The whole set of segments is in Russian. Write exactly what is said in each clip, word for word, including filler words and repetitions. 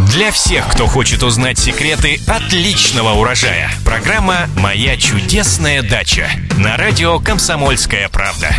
Для всех, кто хочет узнать секреты отличного урожая. Программа «Моя чудесная дача» на радио «Комсомольская правда».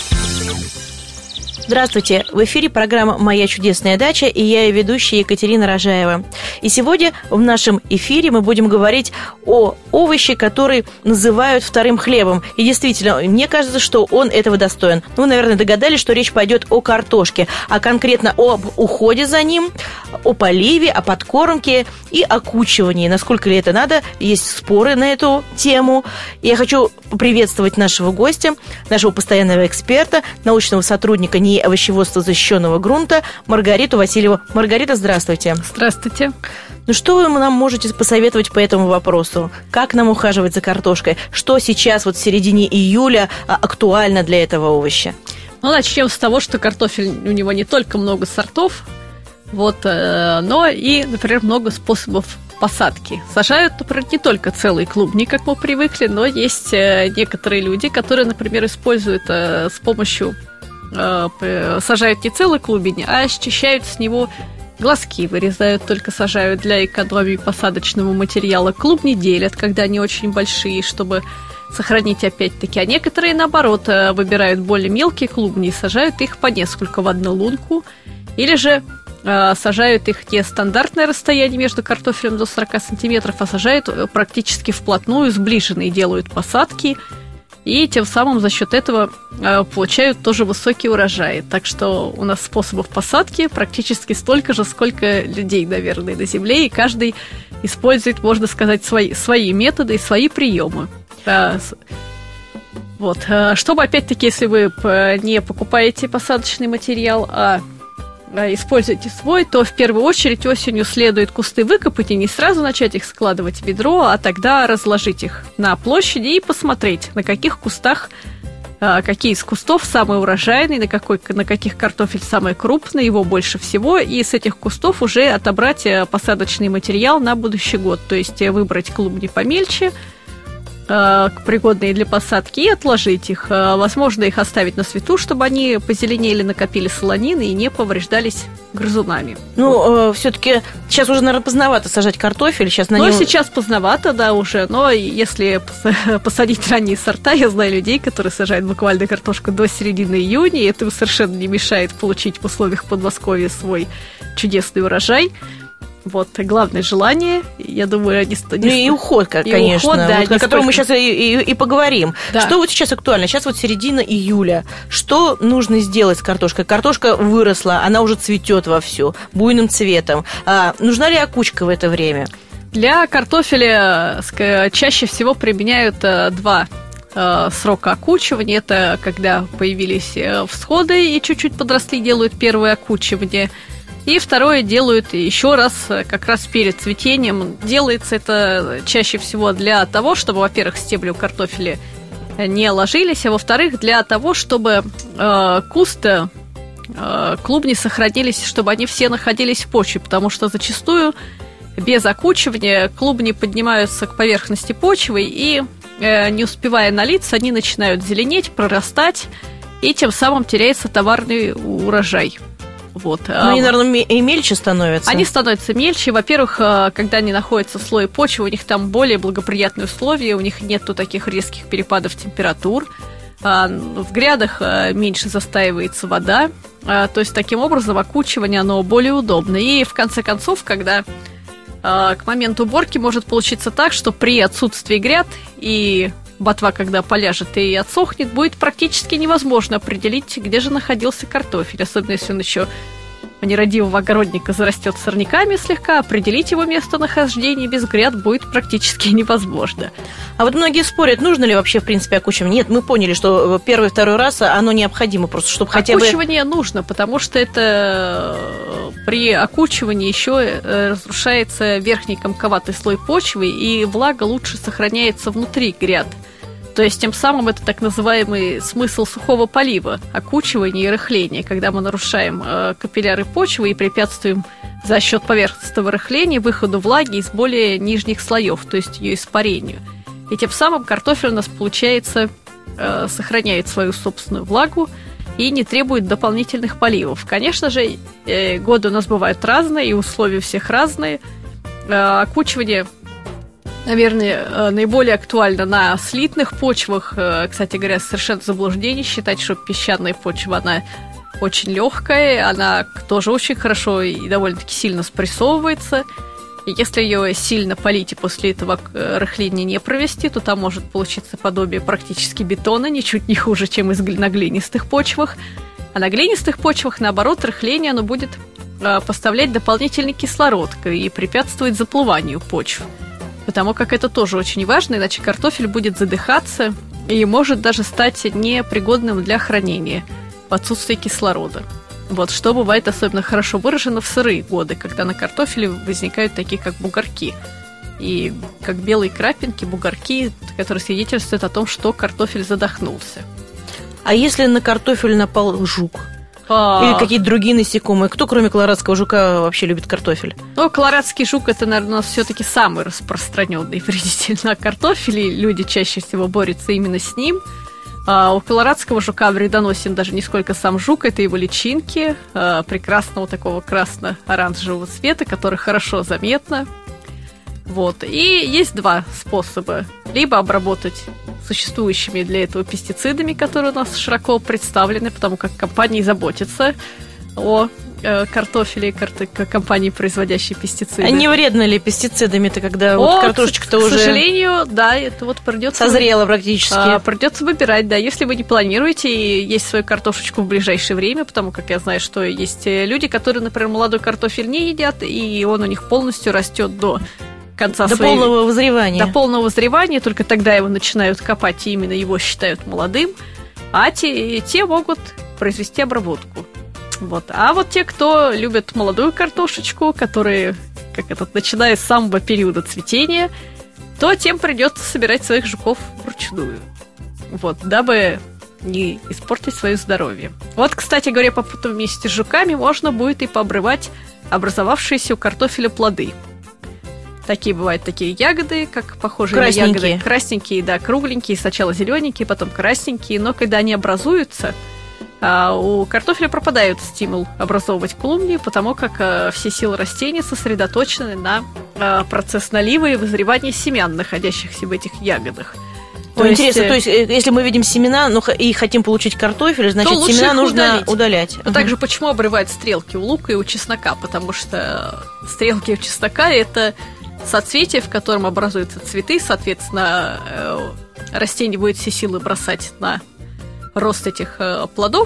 Здравствуйте! В эфире программа «Моя чудесная дача» и я ее ведущая Екатерина Рожаева. И сегодня в нашем эфире мы будем говорить о овоще, который называют вторым хлебом. И действительно, мне кажется, что он этого достоин. Вы, наверное, догадались, что речь пойдет о картошке, а конкретно об уходе за ним, о поливе, о подкормке и окучивании. Насколько ли это надо? Есть споры на эту тему. Я хочу поприветствовать нашего гостя, нашего постоянного эксперта, научного сотрудника НИИ овощеводства защищенного грунта Маргариту Васильеву. Маргарита, здравствуйте. Здравствуйте. Ну что вы нам можете посоветовать по этому вопросу? Как нам ухаживать за картошкой? Что сейчас, вот в середине июля, актуально для этого овоща? Ну, начнем с того, что картофель, у него не только много сортов, вот, но и, например, много способов посадки. Сажают, например, не только целые клубни, как мы привыкли, но есть некоторые люди, которые, например, используют с помощью сажают не целый клубень, а счищают с него глазки, вырезают, только сажают для экономии посадочного материала. Клубни делят, когда они очень большие, чтобы сохранить опять-таки. А некоторые, наоборот, выбирают более мелкие клубни и сажают их по несколько в одну лунку. Или же э, сажают их не стандартное расстояние между картофелем до сорок сантиметров, а сажают практически вплотную, сближенные, делают посадки. И тем самым за счет этого э, получают тоже высокий урожай. Так что у нас способов посадки практически столько же, сколько людей, наверное, на земле. И каждый использует, можно сказать, свои, свои методы и свои приемы. Э, вот. Чтобы, опять-таки, если вы не покупаете посадочный материал, а используете свой, то в первую очередь осенью следует кусты выкопать и не сразу начать их складывать в ведро, а тогда разложить их на площади и посмотреть, на каких кустах, какие из кустов самый урожайный, на, какой, на каких картофель самый крупный, его больше всего, и с этих кустов уже отобрать посадочный материал на будущий год, то есть выбрать клубни помельче, пригодные для посадки, и отложить их. Возможно, их оставить на свету, чтобы они позеленели, накопили солонины и не повреждались грызунами. Ну, вот. Все-таки сейчас уже, наверное, поздновато сажать картофель. Сейчас на ну, нем... сейчас поздновато, да, уже. Но если посадить ранние сорта, я знаю людей, которые сажают буквально картошку до середины июня, и это совершенно не мешает получить в условиях Подмосковья свой чудесный урожай. Вот, главное желание, я думаю, они... Ну и уход, и конечно, уход, да, вот, о котором мы сейчас и, и, и поговорим. Да. Что вот сейчас актуально? Сейчас вот середина июля. Что нужно сделать с картошкой? Картошка выросла, она уже цветет вовсю, буйным цветом. А, нужна ли окучка в это время? Для картофеля чаще всего применяют два срока окучивания. Это когда появились всходы и чуть-чуть подросли, делают первое окучивание. И второе делают еще раз, как раз перед цветением. Делается это чаще всего для того, чтобы, во-первых, стебли у картофеля не ложились, а во-вторых, для того, чтобы э, куст, э, клубни сохранились, чтобы они все находились в почве, потому что зачастую без окучивания клубни поднимаются к поверхности почвы и, э, не успевая налиться, они начинают зеленеть, прорастать, и тем самым теряется товарный урожай. Вот. Ну, они, наверное, и мельче становятся. Они становятся мельче. Во-первых, когда они находятся в слое почвы, у них там более благоприятные условия, у них нету таких резких перепадов температур. В грядах меньше застаивается вода. То есть, таким образом, окучивание, оно более удобно. И, в конце концов, когда к моменту уборки может получиться так, что при отсутствии гряд и ботва, когда поляжет и отсохнет, будет практически невозможно определить, где же находился картофель. Особенно, если он еще нерадивого огородника зарастет сорняками слегка, определить его местонахождение без гряд будет практически невозможно. А вот многие спорят, нужно ли вообще, в принципе, окучивание. Нет, мы поняли, что первый и второй раз оно необходимо просто, чтобы хотя бы... Окучивание нужно, потому что это при окучивании еще разрушается верхний комковатый слой почвы, и влага лучше сохраняется внутри гряд. То есть, тем самым это так называемый смысл сухого полива, окучивание и рыхление, когда мы нарушаем э, капилляры почвы и препятствуем за счет поверхностного рыхления выходу влаги из более нижних слоев, то есть ее испарению. И тем самым картофель у нас, получается, э, сохраняет свою собственную влагу и не требует дополнительных поливов. Конечно же, годы у нас бывают разные, и условия у всех разные. Окучивание, наверное, наиболее актуально на слитных почвах. Кстати говоря, совершенно заблуждение считать, что песчаная почва, она очень легкая, она тоже очень хорошо и довольно-таки сильно спрессовывается. И если ее сильно полить и после этого рыхления не провести, то там может получиться подобие практически бетона, ничуть не хуже, чем из на глинистых почвах. А на глинистых почвах, наоборот, рыхление оно будет поставлять дополнительный кислород и препятствовать заплыванию почв. Потому как это тоже очень важно, иначе картофель будет задыхаться и может даже стать непригодным для хранения в отсутствии кислорода. Вот, что бывает особенно хорошо выражено в сырые годы, когда на картофеле возникают такие, как бугорки. И как белые крапинки, бугорки, которые свидетельствуют о том, что картофель задохнулся. А если на картофель напал жук? А... Или какие-то другие насекомые? Кто, кроме колорадского жука, вообще любит картофель? Ну, колорадский жук – это, наверное, у нас все-таки самый распространенный вредитель на картофеле. Люди чаще всего борются именно с ним. А у колорадского жука вредоносен даже не сколько сам жук, это его личинки а, прекрасного такого красно-оранжевого цвета, который хорошо заметно. Вот. И есть два способа. Либо обработать существующими для этого пестицидами, которые у нас широко представлены, потому как компании заботятся о э, картофеле, карты, компании, производящие пестициды. А не вредно ли пестицидами-то, когда О, вот картошечка-то к, уже... К сожалению, да, это вот придется... Созрела практически. А, придется выбирать, да, если вы не планируете есть свою картошечку в ближайшее время, потому как я знаю, что есть люди, которые, например, молодой картофель не едят, и он у них полностью растет до... конца до своей... полного вызревания. До полного вызревания, только тогда его начинают копать, и именно его считают молодым, а те, те могут произвести обработку. Вот. А вот те, кто любит молодую картошечку, которые, как этот, начиная с самого периода цветения, то тем придется собирать своих жуков вручную. Вот, дабы не испортить свое здоровье. Вот, кстати говоря, попутно вместе с жуками можно будет и пообрывать образовавшиеся у картофеля плоды. Такие бывают такие ягоды, как похожие на ягоды. Красненькие, да, кругленькие, сначала зелененькие, потом красненькие. Но когда они образуются, у картофеля пропадает стимул образовывать клубни, потому как все силы растения сосредоточены на процесс налива и вызревания семян, находящихся в этих ягодах. То интересно, есть, то есть, если мы видим семена, но и хотим получить картофель, значит, семена нужно удалить. удалять. А угу. Также почему обрывают стрелки у лука и у чеснока? Потому что стрелки у чеснока – это соцветие, в котором образуются цветы, соответственно, растение будет все силы бросать на рост этих плодов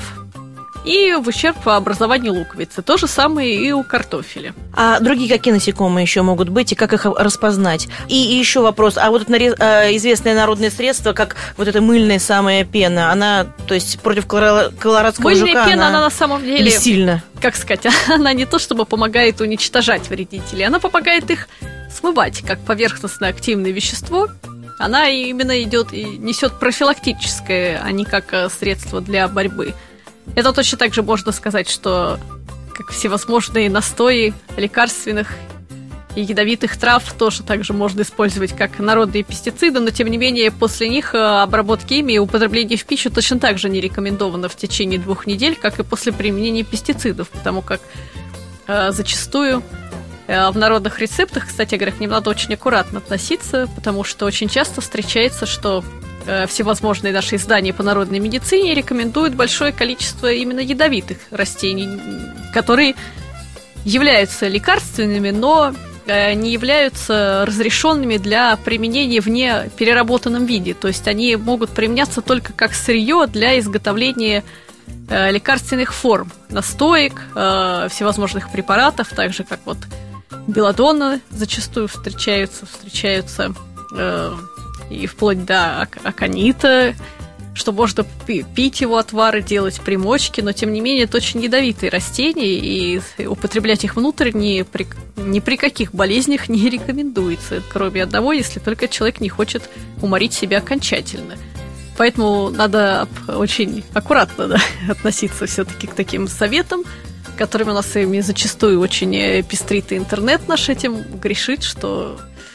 и в ущерб образованию луковицы. То же самое и у картофеля. А другие какие насекомые еще могут быть и как их распознать? И, и еще вопрос. А вот это известное народное средство, как вот эта мыльная самая пена, она, то есть против колорадского мыльная жука, пена, она, она на самом деле сильно. Как сказать, она не то чтобы помогает уничтожать вредителей, она помогает их смывать как поверхностное активное вещество. Она именно идет и несет профилактическое, а не как средство для борьбы. Это точно так же можно сказать, что как всевозможные настои лекарственных и ядовитых трав тоже также можно использовать как народные пестициды, но тем не менее после них обработки ими и употребление в пищу точно так же не рекомендовано в течение двух недель, как и после применения пестицидов, потому как э, зачастую э, в народных рецептах, кстати говоря, к ним надо очень аккуратно относиться, потому что очень часто встречается, что всевозможные наши издания по народной медицине рекомендуют большое количество именно ядовитых растений, которые являются лекарственными, но не являются разрешенными для применения в непереработанном виде. То есть они могут применяться только как сырье для изготовления лекарственных форм, настоек, всевозможных препаратов, так же как вот белладонны зачастую встречаются, встречаются и вплоть до аконита, что можно пить его отвары, делать примочки, но тем не менее это очень ядовитые растения, и употреблять их внутрь ни при, ни при каких болезнях не рекомендуется, кроме одного, если только человек не хочет уморить себя окончательно. Поэтому надо очень аккуратно, да, относиться все-таки к таким советам, которыми у нас ими зачастую очень пестрит интернет наш этим, грешит, что...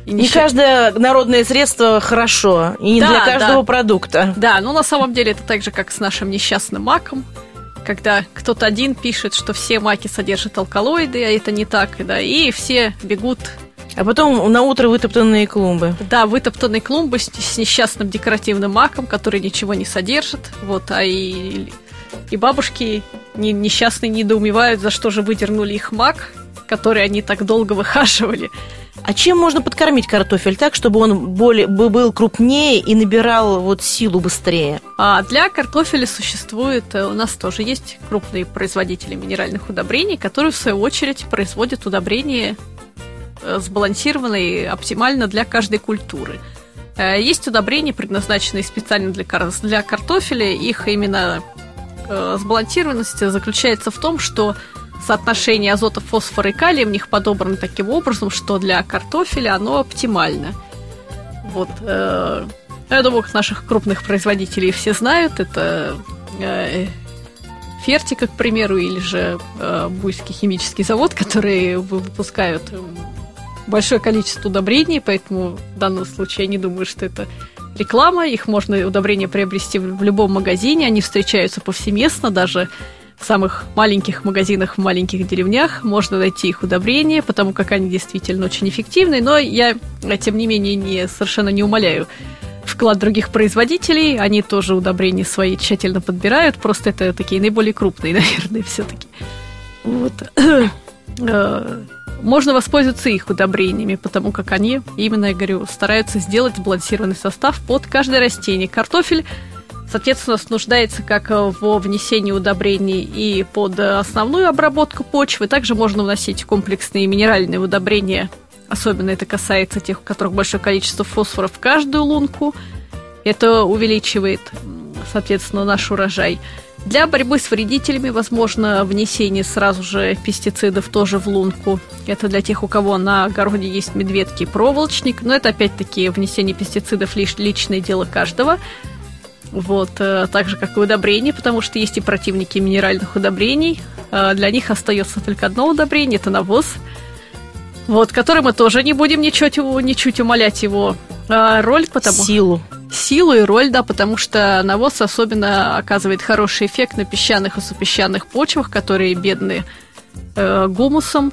И не, не счит... каждое народное средство хорошо, и не да, для каждого да. продукта. Да, ну на самом деле это так же, как с нашим несчастным маком, когда кто-то один пишет, что все маки содержат алкалоиды, а это не так, да, и все бегут. А потом на утро вытоптанные клумбы. Да, вытоптанные клумбы с, с несчастным декоративным маком, который ничего не содержит, вот, а и, и бабушки не, несчастные недоумевают, за что же выдернули их мак, который они так долго выхаживали. А чем можно подкормить картофель так, чтобы он более, был крупнее и набирал вот силу быстрее? А для картофеля существует, у нас тоже есть крупные производители минеральных удобрений, которые в свою очередь производят удобрения сбалансированные оптимально для каждой культуры. Есть удобрения, предназначенные специально для, для картофеля. Их именно сбалансированность заключается в том, что соотношение азота, фосфора и калия в них подобрано таким образом, что для картофеля оно оптимально. Вот. Э, я думаю, наших крупных производителей все знают. Это э, Фертика, к примеру, или же э, Буйский химический завод, которые выпускают большое количество удобрений, поэтому в данном случае я не думаю, что это реклама. Их можно, удобрения, приобрести в любом магазине. Они встречаются повсеместно, даже в самых маленьких магазинах, в маленьких деревнях можно найти их удобрения, потому как они действительно очень эффективны. Но я, тем не менее, не, совершенно не умаляю вклад других производителей. Они тоже удобрения свои тщательно подбирают. Просто это такие наиболее крупные, наверное, все-таки. Вот. Можно воспользоваться их удобрениями, потому как они, именно, я говорю, стараются сделать сбалансированный состав под каждое растение. Картофель, соответственно, нуждается как во внесении удобрений и под основную обработку почвы. Также можно вносить комплексные минеральные удобрения. Особенно это касается тех, у которых большое количество фосфора в каждую лунку. Это увеличивает, соответственно, наш урожай. Для борьбы с вредителями возможно внесение сразу же пестицидов тоже в лунку. Это для тех, у кого на огороде есть медведки и проволочник. Но это опять-таки внесение пестицидов лишь личное дело каждого. Вот, так же, как и удобрения, потому что есть и противники минеральных удобрений. Для них остается только одно удобрение – это навоз. Вот, который мы тоже не будем ничуть, ничуть умалять его роль, потому силу. Силу и роль, да, потому что навоз особенно оказывает хороший эффект на песчаных и супесчаных почвах, которые бедны э, гумусом.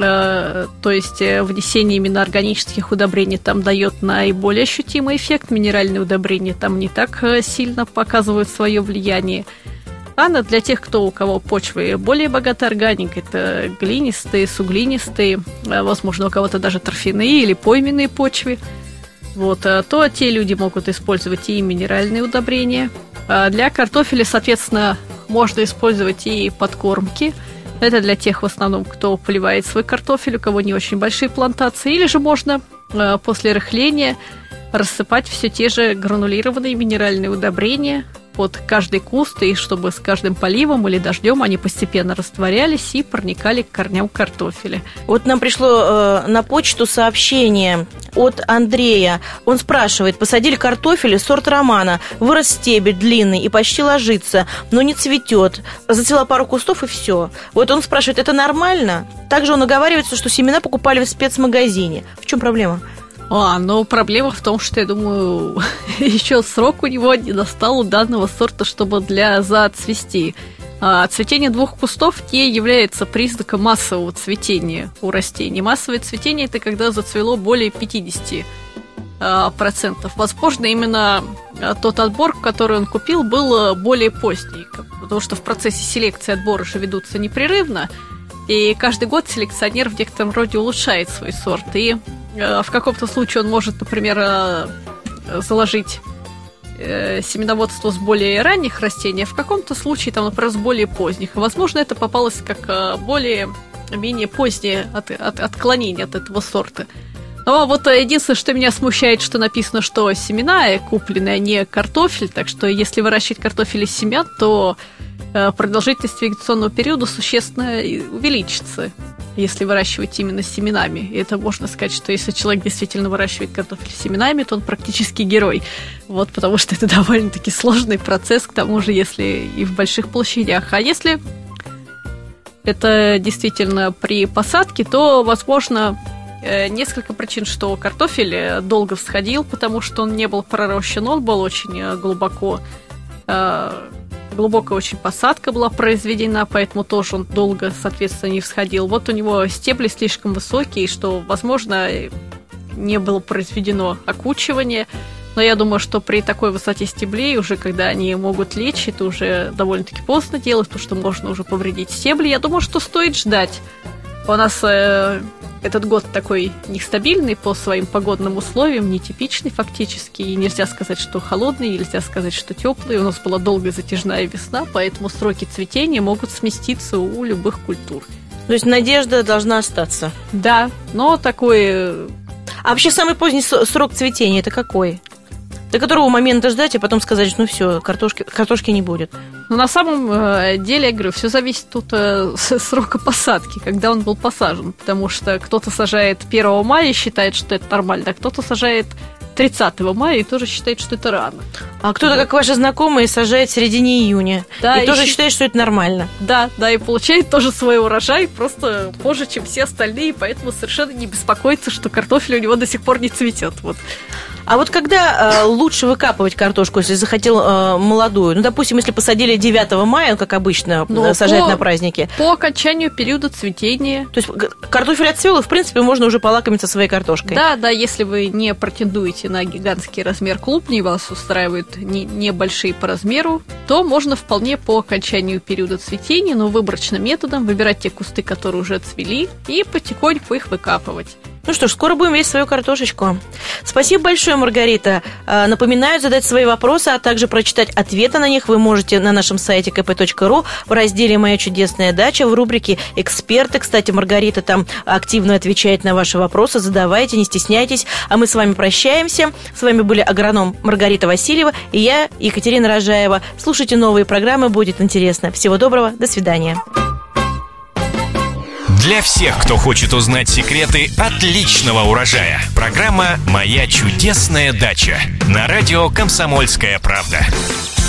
Э, то есть внесение именно органических удобрений там дает наиболее ощутимый эффект. Минеральные удобрения там не так сильно показывают свое влияние. А для тех, кто, у кого почвы более богатой органикой, это глинистые, суглинистые, возможно, у кого-то даже торфяные или пойменные почвы, вот, то те люди могут использовать и минеральные удобрения. Для картофеля, соответственно, можно использовать и подкормки. Это для тех, в основном, кто поливает свой картофель, у кого не очень большие плантации. Или же можно после рыхления рассыпать все те же гранулированные минеральные удобрения под каждый куст, и чтобы с каждым поливом или дождем они постепенно растворялись и проникали к корням картофеля. Вот нам пришло э, на почту сообщение от Андрея. Он спрашивает: посадили картофель, сорт романа, вырос стебель длинный и почти ложится, но не цветет. Зацвела пару кустов и все. Вот он спрашивает, это нормально? Также он оговаривается, что семена покупали в спецмагазине. В чем проблема? А, но проблема в том, что, я думаю, еще срок у него не настал у данного сорта, чтобы для зацвести. А цветение двух кустов не является признаком массового цветения у растений. Массовое цветение – это когда зацвело более пятьдесят процентов. Возможно, именно тот отбор, который он купил, был более поздний, потому что в процессе селекции отбора же ведутся непрерывно, и каждый год селекционер в некотором роде улучшает свой сорт. И в каком-то случае он может, например, заложить семеноводство с более ранних растений, а в каком-то случае, там, например, с более поздних. И, возможно, это попалось как более-менее позднее от, от, отклонение от этого сорта. Но вот единственное, что меня смущает, что написано, что семена куплены, а не картофель. Так что если выращивать картофель из семян, то продолжительность вегетационного периода существенно увеличится, если выращивать именно семенами. И это можно сказать, что если человек действительно выращивает картофель семенами, то он практически герой. Вот, потому что это довольно-таки сложный процесс, к тому же, если и в больших площадях. А если это действительно при посадке, то, возможно, Несколько причин, что картофель долго всходил, потому что он не был пророщен, он был очень глубоко, глубокая очень посадка была произведена, поэтому тоже он долго, соответственно, не всходил. Вот у него стебли слишком высокие, что, возможно, не было произведено окучивание, но я думаю, что при такой высоте стеблей, уже когда они могут лечь, это уже довольно-таки поздно делать, потому что можно уже повредить стебли. Я думаю, что стоит ждать. У нас э, этот год такой нестабильный по своим погодным условиям, нетипичный фактически, и нельзя сказать, что холодный, нельзя сказать, что теплый. У нас была долгая затяжная весна, поэтому сроки цветения могут сместиться у любых культур. То есть надежда должна остаться? Да, но такой... А вообще самый поздний срок цветения это какой? До которого момента ждать, а потом сказать, что ну все, картошки, картошки не будет? Ну, на самом деле, я говорю, все зависит тут э, с срока посадки, когда он был посажен. Потому что кто-то сажает первого мая и считает, что это нормально, а кто-то сажает тридцатого мая и тоже считает, что это рано. А кто-то, как ваши знакомые, сажает в середине июня. Да, и, и тоже щ... считает, что это нормально. Да, да, и получает тоже свой урожай, просто позже, чем все остальные, поэтому совершенно не беспокоится, что картофель у него до сих пор не цветет. Вот. А вот когда э, лучше выкапывать картошку, если захотел э, молодую? Ну, допустим, если посадили девятого мая, как обычно, ну, сажать по, на праздники. По окончанию периода цветения. То есть картофель отцвел, и, в принципе, можно уже полакомиться своей картошкой. Да, да, если вы не претендуете на гигантский размер клубней, вас устраивают не, небольшие по размеру, то можно вполне по окончанию периода цветения, но выборочным методом выбирать те кусты, которые уже цвели, и потихоньку их выкапывать. Ну что ж, скоро будем есть свою картошечку. Спасибо большое, Маргарита. Напоминаю, задать свои вопросы, а также прочитать ответы на них вы можете на нашем сайте ка пэ точка ру в разделе «Моя чудесная дача» в рубрике «Эксперты». Кстати, Маргарита там активно отвечает на ваши вопросы. Задавайте, не стесняйтесь. А мы с вами прощаемся. С вами были агроном Маргарита Васильева и я, Екатерина Рожаева. Слушайте новые программы, будет интересно. Всего доброго, до свидания. Для всех, кто хочет узнать секреты отличного урожая. Программа «Моя чудесная дача» на радио «Комсомольская правда».